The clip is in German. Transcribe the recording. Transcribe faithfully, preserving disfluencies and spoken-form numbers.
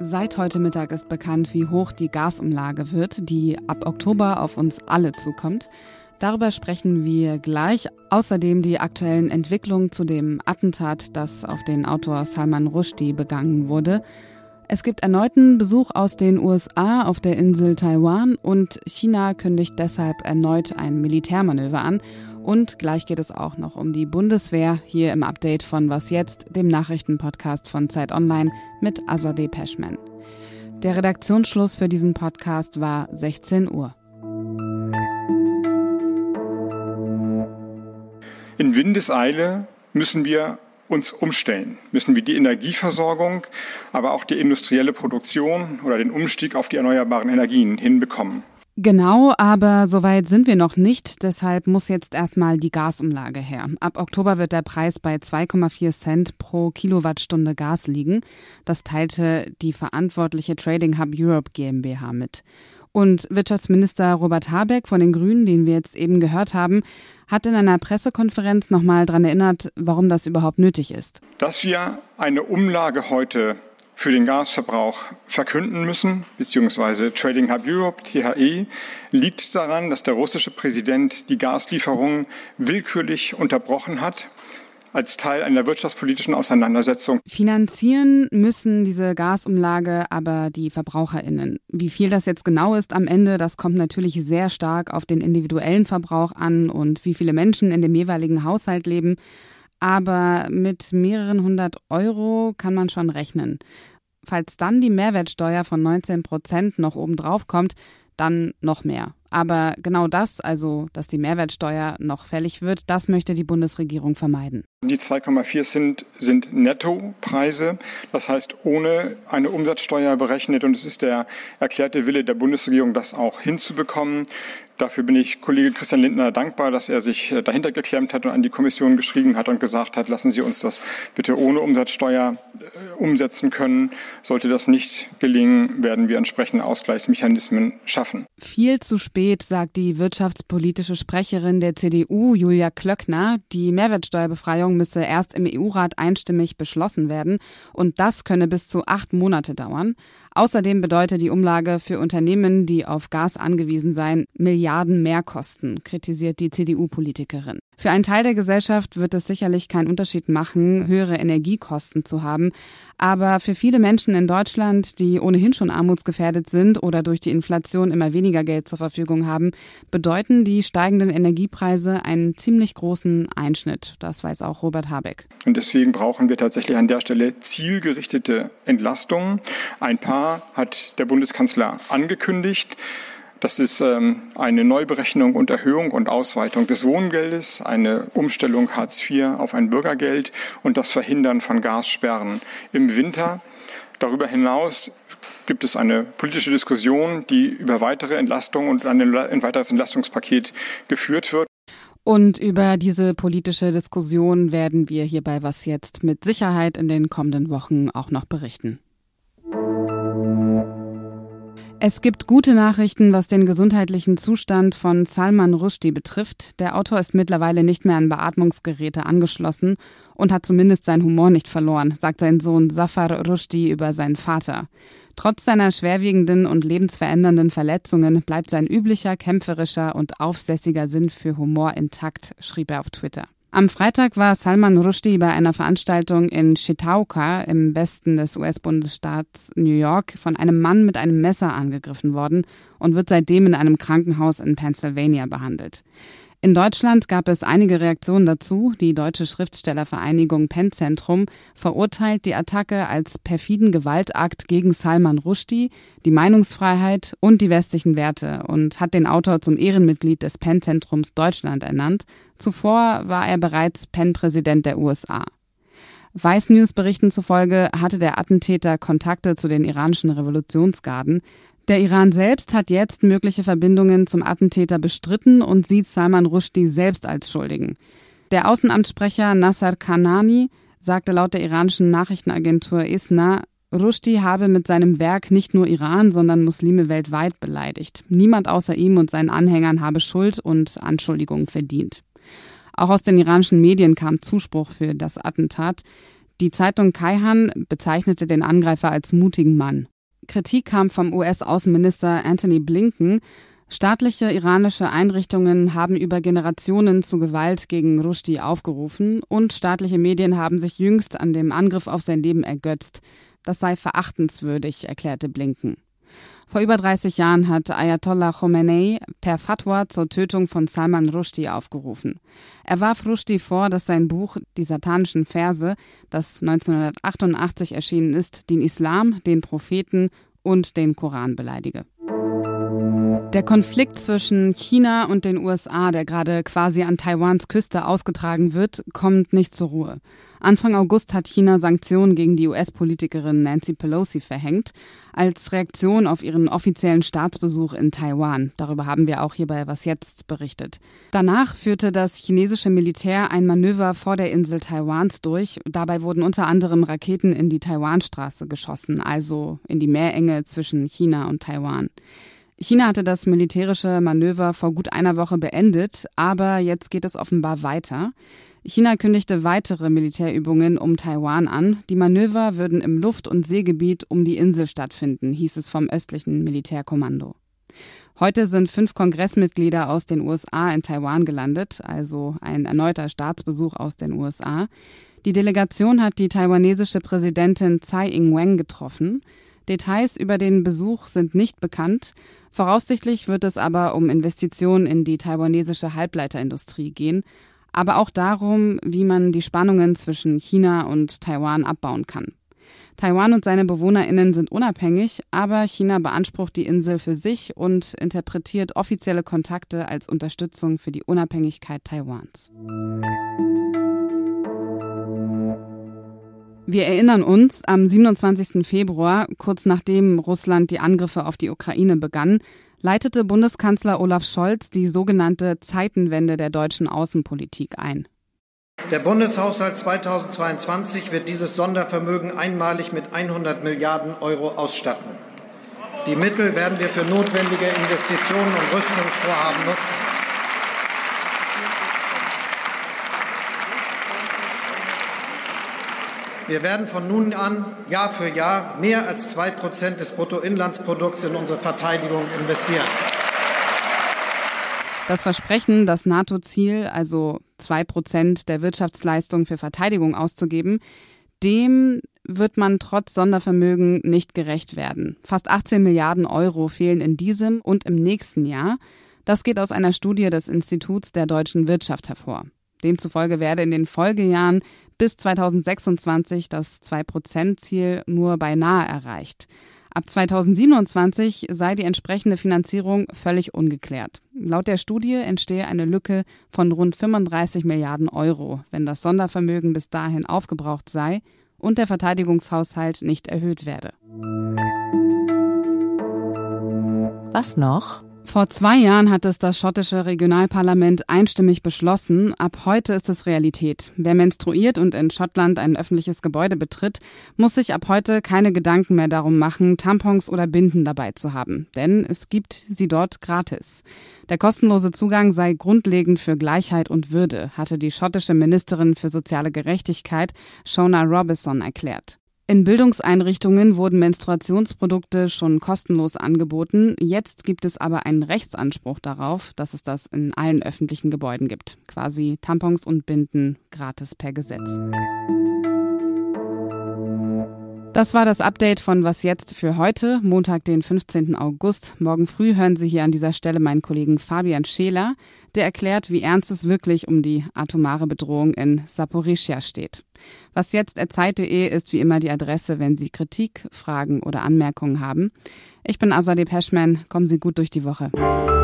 Seit heute Mittag ist bekannt, wie hoch die Gasumlage wird, die ab Oktober auf uns alle zukommt. Darüber sprechen wir gleich. Außerdem die aktuellen Entwicklungen zu dem Attentat, das auf den Autor Salman Rushdie begangen wurde. Es gibt erneuten Besuch aus den U S A auf der Insel Taiwan und China kündigt deshalb erneut ein Militärmanöver an. Und gleich geht es auch noch um die Bundeswehr, hier im Update von Was Jetzt, dem Nachrichtenpodcast von Zeit Online mit Azadeh Peschman. Der Redaktionsschluss für diesen Podcast war sechzehn Uhr. In Windeseile müssen wir uns umstellen, müssen wir die Energieversorgung, aber auch die industrielle Produktion oder den Umstieg auf die erneuerbaren Energien hinbekommen. Genau, aber soweit sind wir noch nicht. Deshalb muss jetzt erstmal die Gasumlage her. Ab Oktober wird der Preis bei zwei Komma vier Cent pro Kilowattstunde Gas liegen. Das teilte die verantwortliche Trading Hub Europe GmbH mit. Und Wirtschaftsminister Robert Habeck von den Grünen, den wir jetzt eben gehört haben, hat in einer Pressekonferenz nochmal daran erinnert, warum das überhaupt nötig ist. Dass wir eine Umlage heute für den Gasverbrauch verkünden müssen, beziehungsweise Trading Hub Europe, T H E, liegt daran, dass der russische Präsident die Gaslieferungen willkürlich unterbrochen hat, als Teil einer wirtschaftspolitischen Auseinandersetzung. Finanzieren müssen diese Gasumlage aber die VerbraucherInnen. Wie viel das jetzt genau ist am Ende, das kommt natürlich sehr stark auf den individuellen Verbrauch an und wie viele Menschen in dem jeweiligen Haushalt leben. Aber mit mehreren hundert Euro kann man schon rechnen. Falls dann die Mehrwertsteuer von neunzehn Prozent noch obendrauf kommt, dann noch mehr. Aber genau das, also dass die Mehrwertsteuer noch fällig wird, das möchte die Bundesregierung vermeiden. Die zwei Komma vier Cent sind Nettopreise, das heißt ohne eine Umsatzsteuer berechnet. Und es ist der erklärte Wille der Bundesregierung, das auch hinzubekommen. Dafür bin ich Kollege Christian Lindner dankbar, dass er sich dahinter geklemmt hat und an die Kommission geschrieben hat und gesagt hat, lassen Sie uns das bitte ohne Umsatzsteuer umsetzen können. Sollte das nicht gelingen, werden wir entsprechende Ausgleichsmechanismen schaffen. Viel zu spät, sagt die wirtschaftspolitische Sprecherin der C D U, Julia Klöckner. Die Mehrwertsteuerbefreiung müsse erst im E U-Rat einstimmig beschlossen werden. Und das könne bis zu acht Monate dauern. Außerdem bedeutet die Umlage für Unternehmen, die auf Gas angewiesen seien, Milliarden Mehrkosten, kritisiert die C D U-Politikerin. Für einen Teil der Gesellschaft wird es sicherlich keinen Unterschied machen, höhere Energiekosten zu haben. Aber für viele Menschen in Deutschland, die ohnehin schon armutsgefährdet sind oder durch die Inflation immer weniger Geld zur Verfügung haben, bedeuten die steigenden Energiepreise einen ziemlich großen Einschnitt. Das weiß auch Robert Habeck. Und deswegen brauchen wir tatsächlich an der Stelle zielgerichtete Entlastungen. Ein paar hat der Bundeskanzler angekündigt. Das ist ähm, eine Neuberechnung und Erhöhung und Ausweitung des Wohngeldes, eine Umstellung Hartz vier auf ein Bürgergeld und das Verhindern von Gassperren im Winter. Darüber hinaus gibt es eine politische Diskussion, die über weitere Entlastungen und ein weiteres Entlastungspaket geführt wird. Und über diese politische Diskussion werden wir hier bei Was Jetzt mit Sicherheit in den kommenden Wochen auch noch berichten. Es gibt gute Nachrichten, was den gesundheitlichen Zustand von Salman Rushdie betrifft. Der Autor ist mittlerweile nicht mehr an Beatmungsgeräte angeschlossen und hat zumindest seinen Humor nicht verloren, sagt sein Sohn Zafar Rushdie über seinen Vater. Trotz seiner schwerwiegenden und lebensverändernden Verletzungen bleibt sein üblicher, kämpferischer und aufsässiger Sinn für Humor intakt, schrieb er auf Twitter. Am Freitag war Salman Rushdie bei einer Veranstaltung in Chautauqua im Westen des U S-Bundesstaats New York von einem Mann mit einem Messer angegriffen worden und wird seitdem in einem Krankenhaus in Pennsylvania behandelt. In Deutschland gab es einige Reaktionen dazu. Die Deutsche Schriftstellervereinigung Pennzentrum verurteilt die Attacke als perfiden Gewaltakt gegen Salman Rushdie, die Meinungsfreiheit und die westlichen Werte und hat den Autor zum Ehrenmitglied des Pennzentrums Deutschland ernannt. Zuvor war er bereits Penn-Präsident der U S A. Vice News Berichten zufolge hatte der Attentäter Kontakte zu den iranischen Revolutionsgarden. Der Iran selbst hat jetzt mögliche Verbindungen zum Attentäter bestritten und sieht Salman Rushdie selbst als Schuldigen. Der Außenamtssprecher Nasser Kanani sagte laut der iranischen Nachrichtenagentur ISNA, Rushdie habe mit seinem Werk nicht nur Iran, sondern Muslime weltweit beleidigt. Niemand außer ihm und seinen Anhängern habe Schuld und Anschuldigungen verdient. Auch aus den iranischen Medien kam Zuspruch für das Attentat. Die Zeitung Kayhan bezeichnete den Angreifer als mutigen Mann. Kritik kam vom U S-Außenminister Antony Blinken. Staatliche iranische Einrichtungen haben über Generationen zu Gewalt gegen Rushdie aufgerufen und staatliche Medien haben sich jüngst an dem Angriff auf sein Leben ergötzt. Das sei verachtenswürdig, erklärte Blinken. Vor über dreißig Jahren hat Ayatollah Khomeini per Fatwa zur Tötung von Salman Rushdie aufgerufen. Er warf Rushdie vor, dass sein Buch Die satanischen Verse, das neunzehnhundertachtundachtzig erschienen ist, den Islam, den Propheten und den Koran beleidige. Der Konflikt zwischen China und den U S A, der gerade quasi an Taiwans Küste ausgetragen wird, kommt nicht zur Ruhe. Anfang August hat China Sanktionen gegen die U S-Politikerin Nancy Pelosi verhängt, als Reaktion auf ihren offiziellen Staatsbesuch in Taiwan. Darüber haben wir auch hier bei Was Jetzt berichtet. Danach führte das chinesische Militär ein Manöver vor der Insel Taiwans durch. Dabei wurden unter anderem Raketen in die Taiwanstraße geschossen, also in die Meerenge zwischen China und Taiwan. China hatte das militärische Manöver vor gut einer Woche beendet, aber jetzt geht es offenbar weiter. China kündigte weitere Militärübungen um Taiwan an. Die Manöver würden im Luft- und Seegebiet um die Insel stattfinden, hieß es vom östlichen Militärkommando. Heute sind fünf Kongressmitglieder aus den U S A in Taiwan gelandet, also ein erneuter Staatsbesuch aus den U S A. Die Delegation hat die taiwanesische Präsidentin Tsai Ing-wen getroffen. Details über den Besuch sind nicht bekannt. Voraussichtlich wird es aber um Investitionen in die taiwanesische Halbleiterindustrie gehen, aber auch darum, wie man die Spannungen zwischen China und Taiwan abbauen kann. Taiwan und seine BewohnerInnen sind unabhängig, aber China beansprucht die Insel für sich und interpretiert offizielle Kontakte als Unterstützung für die Unabhängigkeit Taiwans. Wir erinnern uns, am siebenundzwanzigsten Februar, kurz nachdem Russland die Angriffe auf die Ukraine begann, leitete Bundeskanzler Olaf Scholz die sogenannte Zeitenwende der deutschen Außenpolitik ein. Der Bundeshaushalt zweitausendzweiundzwanzig wird dieses Sondervermögen einmalig mit hundert Milliarden Euro ausstatten. Die Mittel werden wir für notwendige Investitionen und Rüstungsvorhaben nutzen. Wir werden von nun an Jahr für Jahr mehr als zwei Prozent des Bruttoinlandsprodukts in unsere Verteidigung investieren. Das Versprechen, das NATO-Ziel, also zwei Prozent der Wirtschaftsleistung für Verteidigung auszugeben, dem wird man trotz Sondervermögen nicht gerecht werden. Fast achtzehn Milliarden Euro fehlen in diesem und im nächsten Jahr. Das geht aus einer Studie des Instituts der deutschen Wirtschaft hervor. Demzufolge werde in den Folgejahren bis zweitausendsechsundzwanzig das zwei Prozent Ziel nur beinahe erreicht. Ab zweitausendsiebenundzwanzig sei die entsprechende Finanzierung völlig ungeklärt. Laut der Studie entstehe eine Lücke von rund fünfunddreißig Milliarden Euro, wenn das Sondervermögen bis dahin aufgebraucht sei und der Verteidigungshaushalt nicht erhöht werde. Was noch? Vor zwei Jahren hat es das schottische Regionalparlament einstimmig beschlossen. Ab heute ist es Realität. Wer menstruiert und in Schottland ein öffentliches Gebäude betritt, muss sich ab heute keine Gedanken mehr darum machen, Tampons oder Binden dabei zu haben. Denn es gibt sie dort gratis. Der kostenlose Zugang sei grundlegend für Gleichheit und Würde, hatte die schottische Ministerin für soziale Gerechtigkeit Shona Robison erklärt. In Bildungseinrichtungen wurden Menstruationsprodukte schon kostenlos angeboten. Jetzt gibt es aber einen Rechtsanspruch darauf, dass es das in allen öffentlichen Gebäuden gibt. Quasi Tampons und Binden gratis per Gesetz. Das war das Update von Was Jetzt für heute, Montag, den fünfzehnten August. Morgen früh hören Sie hier an dieser Stelle meinen Kollegen Fabian Scheler, der erklärt, wie ernst es wirklich um die atomare Bedrohung in Saporischschja steht. Was jetzt at zeit punkt de ist wie immer die Adresse, wenn Sie Kritik, Fragen oder Anmerkungen haben. Ich bin Azadeh Peschman. Kommen Sie gut durch die Woche.